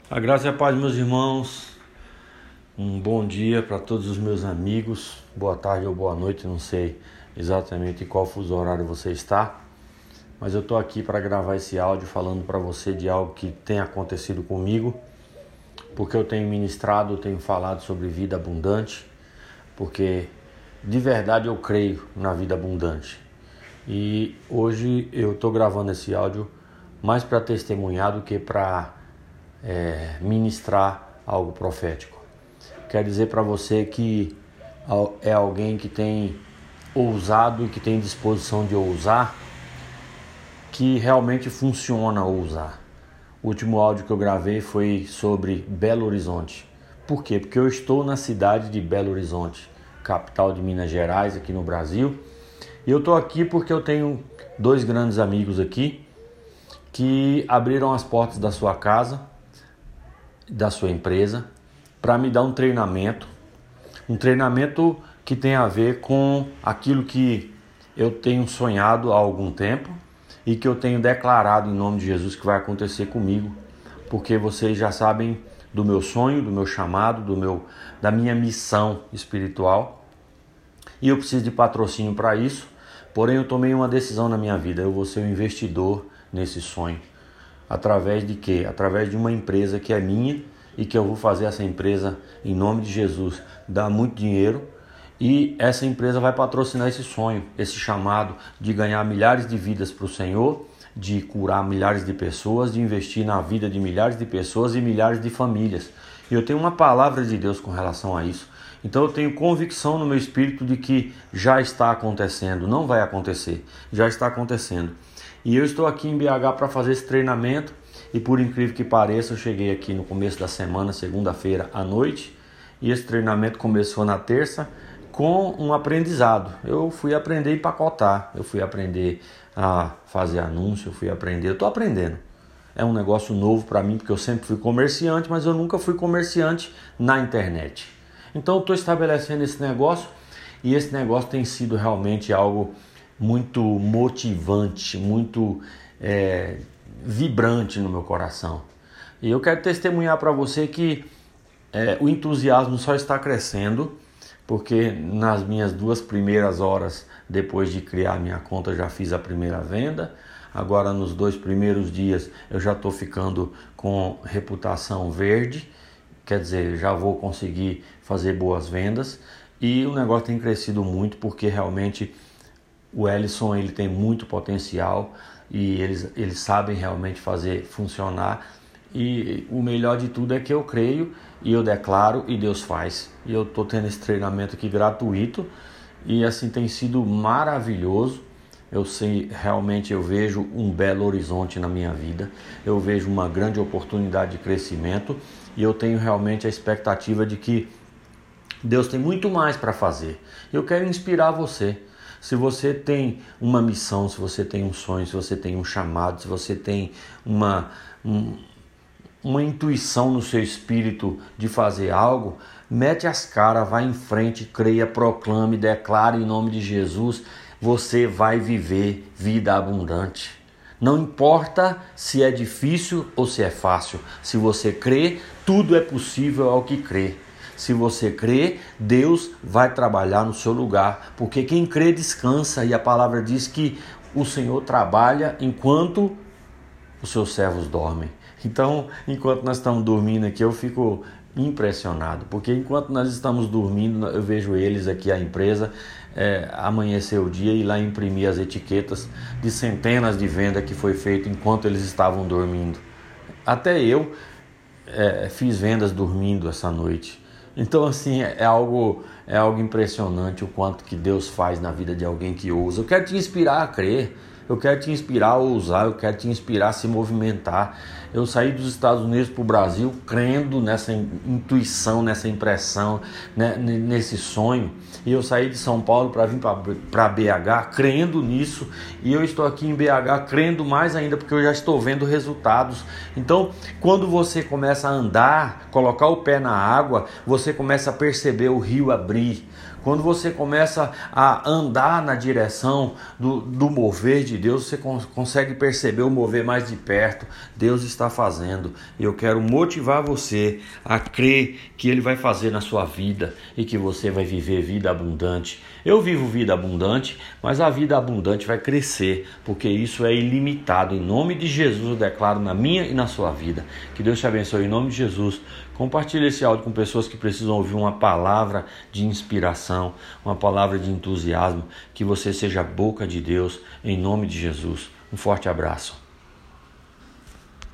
A graça e a paz, meus irmãos. Um bom dia para todos os meus amigos. Boa tarde ou boa noite, não sei exatamente em qual fuso horário você está, mas eu estou aqui para gravar esse áudio falando para você de algo que tem acontecido comigo, porque eu tenho ministrado, eu tenho falado sobre vida abundante, porque de verdade eu creio na vida abundante. E hoje eu estou gravando esse áudio mais para testemunhar do que para ministrar algo profético. Quero dizer para você que é alguém que tem ousado e que tem disposição de ousar, que realmente funciona ousar. O último áudio que eu gravei foi sobre Belo Horizonte. Por quê? Porque eu estou na cidade de Belo Horizonte, capital de Minas Gerais, aqui no Brasil. E eu estou aqui porque eu tenho dois grandes amigos aqui que abriram as portas da sua casa, da sua empresa, para me dar um treinamento que tem a ver com aquilo que eu tenho sonhado há algum tempo e que eu tenho declarado em nome de Jesus que vai acontecer comigo, porque vocês já sabem do meu sonho, do meu chamado, da minha missão espiritual, e eu preciso de patrocínio para isso. Porém, eu tomei uma decisão na minha vida: eu vou ser um investidor nesse sonho. Através de quê? Através de uma empresa que é minha e que eu vou fazer essa empresa, em nome de Jesus, dar muito dinheiro, e essa empresa vai patrocinar esse sonho, esse chamado de ganhar milhares de vidas para o Senhor, de curar milhares de pessoas, de investir na vida de milhares de pessoas e milhares de famílias. E eu tenho uma palavra de Deus com relação a isso. Então eu tenho convicção no meu espírito de que já está acontecendo, não vai acontecer, já está acontecendo. E eu estou aqui em BH para fazer esse treinamento, e por incrível que pareça, eu cheguei aqui no começo da semana, segunda-feira à noite, e esse treinamento começou na terça com um aprendizado. Eu fui aprender a empacotar, eu fui aprender a fazer anúncio, eu estou aprendendo. É um negócio novo para mim, porque eu sempre fui comerciante, mas eu nunca fui comerciante na internet. Então eu estou estabelecendo esse negócio, e esse negócio tem sido realmente algo muito motivante, muito vibrante no meu coração. E eu quero testemunhar para você que o entusiasmo só está crescendo, porque nas minhas 2 primeiras horas depois de criar minha conta já fiz a primeira venda. Agora nos 2 primeiros dias eu já estou ficando com reputação verde, quer dizer, já vou conseguir fazer boas vendas, e o negócio tem crescido muito, porque realmente o Ellison, ele tem muito potencial e eles sabem realmente fazer funcionar. E o melhor de tudo é que eu creio e eu declaro e Deus faz. E eu estou tendo esse treinamento aqui gratuito e assim tem sido maravilhoso. Eu sei, realmente eu vejo um belo horizonte na minha vida, eu vejo uma grande oportunidade de crescimento, e eu tenho realmente a expectativa de que Deus tem muito mais para fazer. Eu quero inspirar você. Se você tem uma missão, se você tem um sonho, se você tem um chamado, se você tem uma intuição no seu espírito de fazer algo, mete as caras, vai em frente, creia, proclame, declare em nome de Jesus. Você vai viver vida abundante. Não importa se é difícil ou se é fácil. Se você crê, tudo é possível ao que crê. Se você crê, Deus vai trabalhar no seu lugar, porque quem crê descansa, e a palavra diz que o Senhor trabalha enquanto os seus servos dormem. Então, enquanto nós estamos dormindo aqui, eu fico impressionado, porque enquanto nós estamos dormindo, eu vejo eles aqui, a empresa, amanhecer o dia e ir lá imprimir as etiquetas de centenas de vendas que foi feito enquanto eles estavam dormindo. Até eu fiz vendas dormindo essa noite. Então assim, é algo impressionante o quanto que Deus faz na vida de alguém que ousa. Eu quero te inspirar a crer, eu quero te inspirar a ousar, eu quero te inspirar a se movimentar. Eu saí dos Estados Unidos para o Brasil crendo nessa intuição, nessa impressão, né, nesse sonho. E eu saí de São Paulo para vir para BH crendo nisso. E eu estou aqui em BH crendo mais ainda, porque eu já estou vendo resultados. Então, quando você começa a andar, colocar o pé na água, você começa a perceber o rio abrir. Quando você começa a andar na direção do mover de Deus, você consegue perceber o mover mais de perto. Deus está está fazendo. Eu quero motivar você a crer que Ele vai fazer na sua vida e que você vai viver vida abundante. Eu vivo vida abundante, mas a vida abundante vai crescer, porque isso é ilimitado. Em nome de Jesus eu declaro na minha e na sua vida. Que Deus te abençoe em nome de Jesus. Compartilhe esse áudio com pessoas que precisam ouvir uma palavra de inspiração, uma palavra de entusiasmo. Que você seja a boca de Deus em nome de Jesus. Um forte abraço.